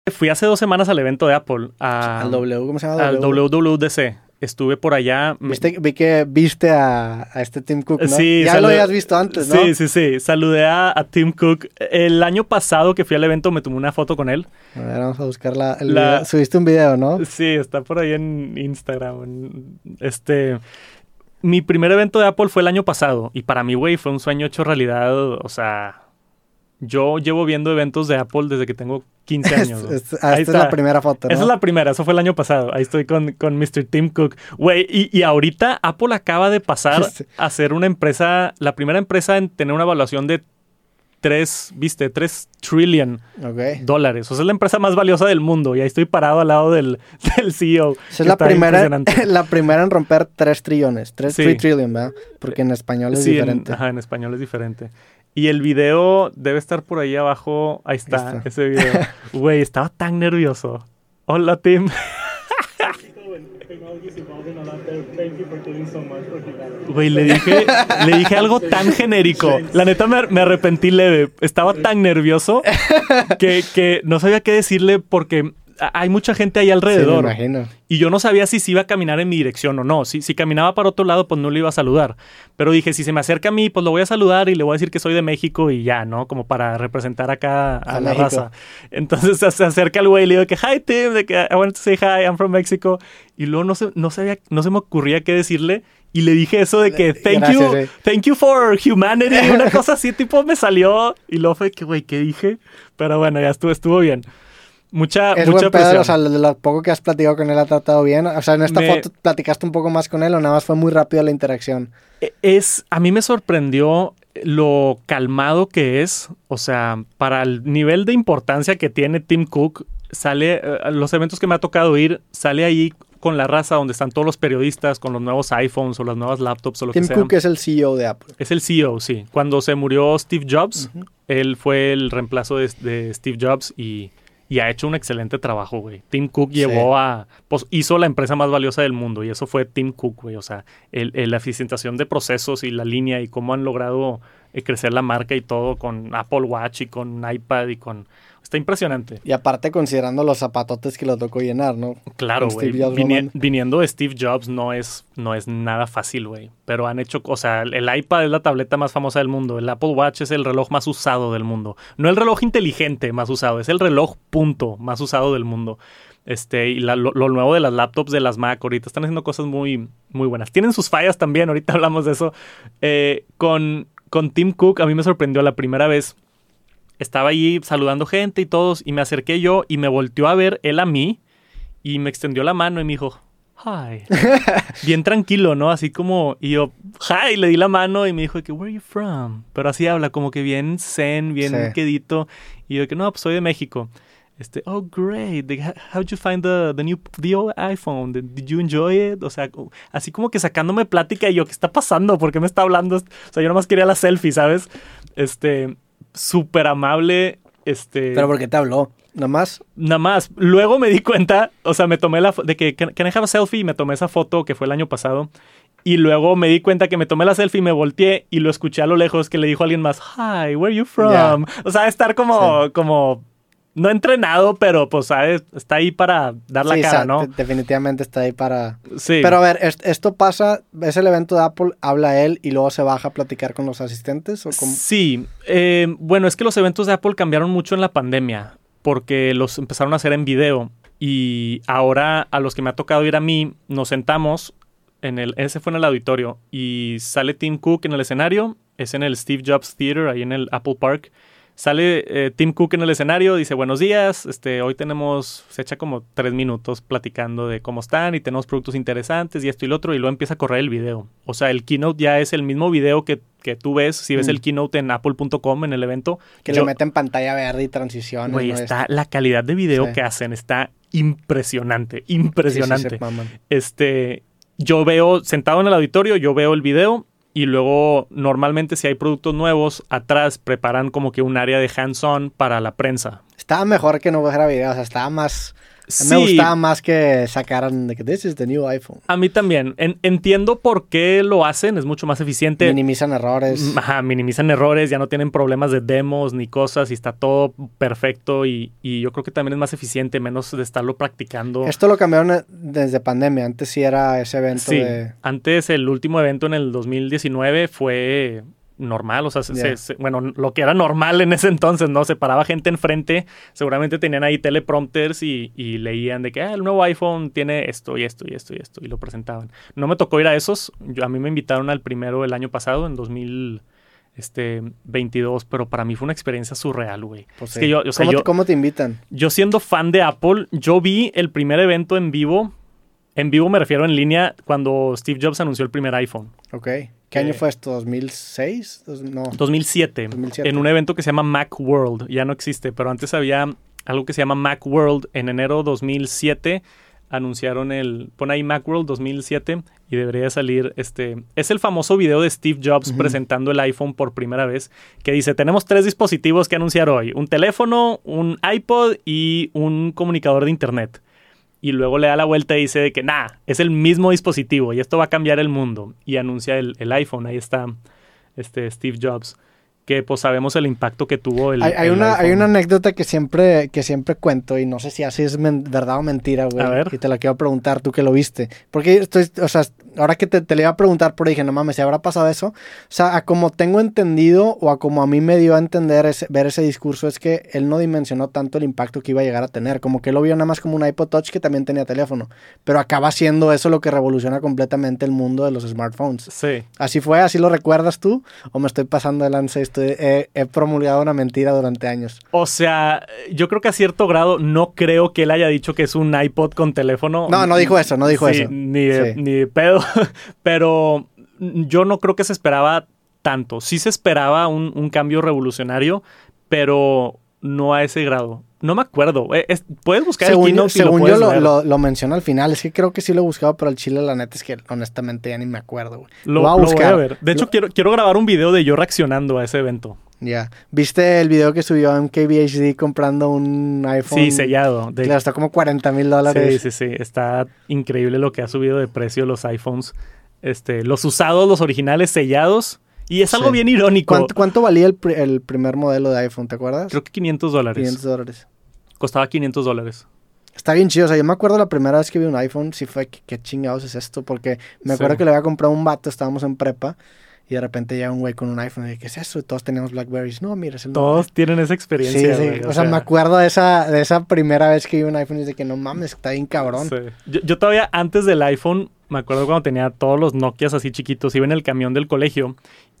Fui hace 2 semanas al evento de Apple. Al W, ¿cómo se llama? Al WWDC. Estuve por allá. Vi que viste a este Tim Cook, ¿no? Sí, ya lo habías visto antes, ¿no? Sí. Saludé a Tim Cook. El año pasado que fui al evento me tomé una foto con él. A ver, vamos a buscar el video. Subiste un video, ¿no? Sí, está por ahí en Instagram. Mi primer evento de Apple fue el año pasado. Y para mí, güey, fue un sueño hecho realidad. O sea, yo llevo viendo eventos de Apple desde que tengo 15 años. Esta es la primera foto, ¿no? Esa es la primera, eso fue el año pasado. Ahí estoy con Mr. Tim Cook. Güey, y ahorita Apple acaba de pasar a ser una empresa, la primera empresa en tener una evaluación de 3 trillion dólares. O sea, es la empresa más valiosa del mundo. Y ahí estoy parado al lado del CEO. Esa es la primera en romper 3 trillones. 3 trillion, ¿verdad? Porque en español es diferente. En español es diferente. Y el video debe estar por ahí abajo. Ahí está. Ese video. Güey, estaba tan nervioso. Hola, Tim. Güey, le dije algo tan genérico. La neta me arrepentí leve. Estaba tan nervioso que no sabía qué decirle porque hay mucha gente ahí alrededor. Sí, me imagino. Y yo no sabía si se iba a caminar en mi dirección o no. Si caminaba para otro lado, pues no le iba a saludar. Pero dije, si se me acerca a mí, pues lo voy a saludar y le voy a decir que soy de México y ya, ¿no? Como para representar acá a la raza. Entonces se acerca el güey y le digo que, hi, Tim, de que I wanted to say hi, I'm from Mexico. Y luego no se me ocurría qué decirle. Y le dije eso de que, thank you for humanity. Una cosa así, tipo, me salió. Y luego fue que, güey, ¿qué dije? Pero bueno, ya estuvo bien. Mucha buen presión. pedo, o sea, de lo poco que has platicado con él ha tratado bien. O sea, en esta foto platicaste un poco más con él o nada más fue muy rápido la interacción. A mí me sorprendió lo calmado que es. O sea, para el nivel de importancia que tiene Tim Cook, los eventos que me ha tocado ir, sale ahí con la raza donde están todos los periodistas con los nuevos iPhones o las nuevas laptops o lo que sea. Tim Cook es el CEO de Apple. Es el CEO, sí. Cuando se murió Steve Jobs, él fue el reemplazo de Steve Jobs y ha hecho un excelente trabajo, güey. Tim Cook hizo la empresa más valiosa del mundo y eso fue Tim Cook, güey. O sea, la eficientación de procesos y la línea y cómo han logrado crecer la marca y todo con Apple Watch y con iPad y con... Está impresionante. Y aparte considerando los zapatotes que lo tocó llenar, ¿no? Claro, güey. Viniendo de Steve Jobs no es nada fácil, güey. Pero han hecho... O sea, el iPad es la tableta más famosa del mundo. El Apple Watch es el reloj más usado del mundo. No el reloj inteligente más usado. Es el reloj punto más usado del mundo. Y lo nuevo de las laptops de las Mac ahorita están haciendo cosas muy, muy buenas. Tienen sus fallas también. Ahorita hablamos de eso. Con Tim Cook a mí me sorprendió la primera vez. Estaba allí saludando gente y todos, y me acerqué yo y me volteó a ver él a mí y me extendió la mano y me dijo, hi. Bien tranquilo, ¿no? Así como, y yo, hi, le di la mano y me dijo que, where are you from? Pero así habla, como que bien zen, bien quedito. Y yo que, no, pues soy de México. Oh, great. How'd you find the iPhone? Did you enjoy it? O sea, así como que sacándome plática y yo, ¿qué está pasando? ¿Por qué me está hablando? O sea, yo nomás quería la selfie, ¿sabes? Súper amable. ¿Pero por qué te habló? ¿Nada más? Nada más. Luego me di cuenta, o sea, me tomé de que, can I have a selfie? Y me tomé esa foto que fue el año pasado. Y luego me di cuenta que me tomé la selfie y me volteé y lo escuché a lo lejos que le dijo a alguien más, hi, where are you from? Yeah. O sea, estar como no entrenado, pero pues, ¿sabes? Está ahí para dar la cara, ¿no? Definitivamente está ahí para... Sí. Pero a ver, esto pasa, es el evento de Apple, habla él y luego se baja a platicar con los asistentes, ¿o cómo? Sí. Bueno, es que los eventos de Apple cambiaron mucho en la pandemia porque los empezaron a hacer en video y ahora a los que me ha tocado ir a mí, nos sentamos ese fue en el auditorio y sale Tim Cook en el escenario, es en el Steve Jobs Theater, ahí en el Apple Park. Sale Tim Cook en el escenario, dice buenos días, hoy se echa como 3 minutos platicando de cómo están y tenemos productos interesantes y esto y lo otro y luego empieza a correr el video. O sea, el keynote ya es el mismo video que tú ves, si ves el keynote en apple.com en el evento. Que lo mete en pantalla verde y transiciones. Güey, ¿no? La calidad de video que hacen está impresionante. Sí, yo veo, sentado en el auditorio, yo veo el video. Y luego, normalmente, si hay productos nuevos, atrás preparan como que un área de hands-on para la prensa. Estaba mejor que no fuera video, o sea, estaba más Me gustaba más que sacaran de que this is the new iPhone. A mí también. Entiendo por qué lo hacen, es mucho más eficiente. Minimizan errores. Ajá, minimizan errores, ya no tienen problemas de demos ni cosas y está todo perfecto y yo creo que también es más eficiente, menos de estarlo practicando. Esto lo cambiaron desde pandemia, antes sí era ese evento sí, antes el último evento en el 2019 fue normal, o sea, bueno, lo que era normal en ese entonces, ¿no? Se paraba gente enfrente, seguramente tenían ahí teleprompters y leían de que el nuevo iPhone tiene esto y esto y esto y esto y lo presentaban. No me tocó ir a esos, a mí me invitaron al primero el año pasado, en 2022, pero para mí fue una experiencia surreal, güey. Pues es que yo, o sea, ¿Cómo te invitan? Yo siendo fan de Apple, yo vi el primer evento en vivo me refiero en línea, cuando Steve Jobs anunció el primer iPhone. Ok. ¿Qué año fue esto? ¿2006? No. 2007. En un evento que se llama Macworld. Ya no existe, pero antes había algo que se llama Macworld. En enero 2007 anunciaron pon ahí Macworld 2007 y debería salir es el famoso video de Steve Jobs presentando el iPhone por primera vez, que dice, tenemos 3 dispositivos que anunciar hoy. Un teléfono, un iPod y un comunicador de internet. Y luego le da la vuelta y dice de que, es el mismo dispositivo y esto va a cambiar el mundo. Y anuncia el iPhone. Ahí está Steve Jobs. Que pues sabemos el impacto que tuvo el iPhone. Hay una anécdota que siempre cuento y no sé si así es verdad o mentira, güey. A ver. Y te la quiero preguntar, tú que lo viste. Porque ahora que te le iba a preguntar, pero dije, no mames, ¿se habrá pasado eso? O sea, a como tengo entendido o a como a mí me dio a entender ver ese discurso, es que él no dimensionó tanto el impacto que iba a llegar a tener. Como que él lo vio nada más como un iPod Touch que también tenía teléfono. Pero acaba siendo eso lo que revoluciona completamente el mundo de los smartphones. Sí. ¿Así fue? ¿Así lo recuerdas tú? ¿O me estoy pasando de lance? He promulgado una mentira durante años. O sea, yo creo que a cierto grado no creo que él haya dicho que es un iPod con teléfono. No dijo eso, no dijo eso. Ni de pedo. Pero yo no creo que se esperaba tanto. Sí se esperaba un cambio revolucionario, pero no a ese grado. No me acuerdo. Puedes buscar el keynote y lo puedes ver. Según yo lo menciona al final. Es que creo que sí lo he buscado, pero al chile la neta es que honestamente ya ni me acuerdo, güey. Lo voy a buscar. Voy a ver. De hecho, quiero grabar un video de yo reaccionando a ese evento. Ya. ¿Viste el video que subió MKBHD comprando un iPhone? Sí, sellado. Le costó como $40,000. Sí. Está increíble lo que ha subido de precio los iPhones. Los usados, los originales sellados. Y es algo bien irónico. ¿Cuánto valía el primer modelo de iPhone? ¿Te acuerdas? Creo que $500. $500. Costaba $500. Está bien chido. O sea, yo me acuerdo la primera vez que vi un iPhone, sí fue, ¿qué chingados es esto? Porque me acuerdo que le había comprado un vato, estábamos en prepa, y de repente llega un güey con un iPhone y dije, ¿qué es eso? Y todos teníamos Blackberries. No, mira, es el Todos tienen esa experiencia. Sí. Güey, o sea, me acuerdo de esa primera vez que vi un iPhone y dije que no mames, está bien cabrón. Sí. Yo todavía antes del iPhone, me acuerdo cuando tenía todos los Nokias así chiquitos, iba en el camión del colegio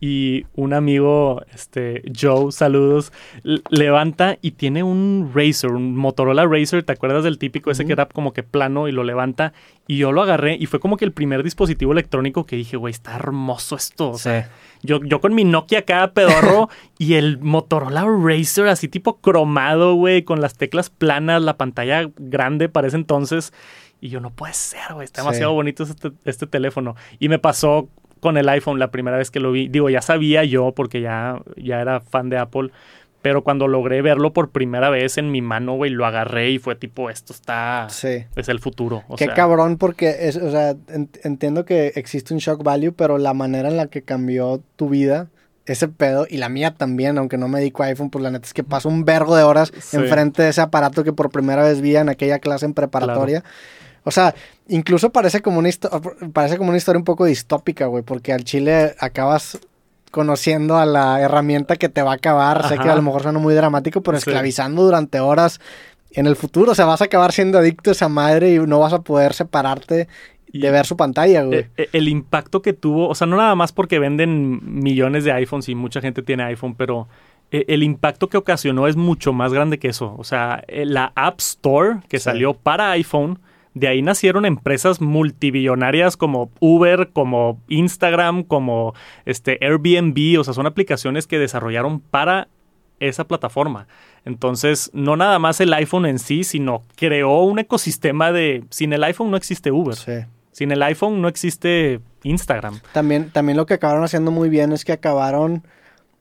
y un amigo, Joe, saludos, levanta y tiene un Razr, un Motorola Razr, ¿te acuerdas del típico ese que era como que plano y lo levanta? Y yo lo agarré y fue como que el primer dispositivo electrónico que dije, güey, está hermoso esto. O sea, yo con mi Nokia acá pedorro y el Motorola Razr así tipo cromado, güey, con las teclas planas, la pantalla grande para ese entonces. Y yo, no puede ser, güey, está demasiado bonito este teléfono. Y me pasó con el iPhone la primera vez que lo vi. Digo, ya sabía yo porque ya era fan de Apple. Pero cuando logré verlo por primera vez en mi mano, güey, lo agarré y fue tipo, esto está... Sí. Es el futuro. Qué cabrón, porque, entiendo que existe un shock value, pero la manera en la que cambió tu vida, ese pedo, y la mía también, aunque no me dedico a iPhone, pues la neta es que paso un vergo de horas enfrente de ese aparato que por primera vez vi en aquella clase en preparatoria. Claro. O sea, incluso parece como una historia un poco distópica, güey, porque al chile acabas conociendo a la herramienta que te va a acabar. Sé que a lo mejor suena muy dramático, pero esclavizando durante horas en el futuro. O sea, vas a acabar siendo adicto a esa madre y no vas a poder separarte de ver su pantalla, güey. El impacto que tuvo, o sea, no nada más porque venden millones de iPhones y mucha gente tiene iPhone, pero el impacto que ocasionó es mucho más grande que eso. O sea, la App Store que salió para iPhone, de ahí nacieron empresas multibillonarias como Uber, como Instagram, como Airbnb. O sea, son aplicaciones que desarrollaron para esa plataforma. Entonces, no nada más el iPhone en sí, sino creó un ecosistema de... Sin el iPhone no existe Uber. Sí. Sin el iPhone no existe Instagram. También lo que acabaron haciendo muy bien es que acabaron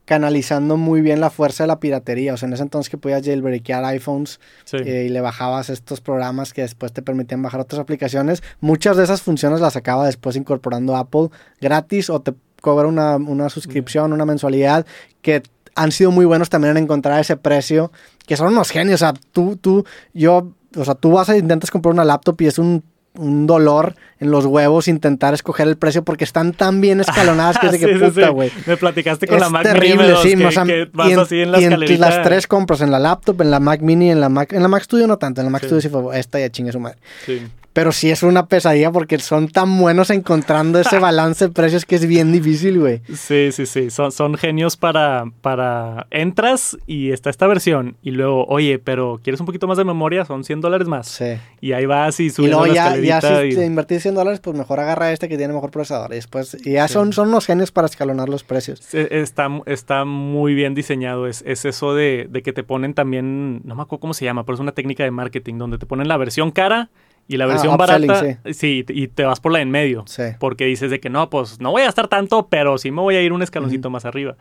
canalizando muy bien la fuerza de la piratería. O sea, en ese entonces que podías jailbreakear iPhones y le bajabas estos programas que después te permitían bajar otras aplicaciones. Muchas de esas funciones las acaba después incorporando Apple gratis o te cobra una suscripción, una mensualidad que han sido muy buenos también en encontrar ese precio, que son unos genios. O sea, tú vas a intentas comprar una laptop y es un dolor en los huevos intentar escoger el precio porque están tan bien escalonadas que es de que puta, güey. Me platicaste con la Mac terrible, Mini, o sea, que vas así en la escalerita. Y las tres compras, en la laptop, en la Mac Mini, en la Mac Studio no tanto, en la Mac Studio sí fue, esta ya chingue su madre. Sí. Pero sí es una pesadilla porque son tan buenos encontrando ese balance de precios que es bien difícil, güey. Sí. Son genios para... Entras y está esta versión y luego, oye, pero ¿quieres un poquito más de memoria? Son $100 más. Sí. Y ahí vas y subes la escalerita. Y luego ya si te invertís $100, pues mejor agarra este que tiene mejor procesador. Y después, son unos genios para escalonar los precios. Está muy bien diseñado. Es eso de que te ponen también... No me acuerdo cómo se llama, pero es una técnica de marketing donde te ponen la versión cara y la versión barata, sí, y te vas por la en medio. Sí. Porque dices de que no, pues no voy a gastar tanto, pero sí me voy a ir un escaloncito más arriba.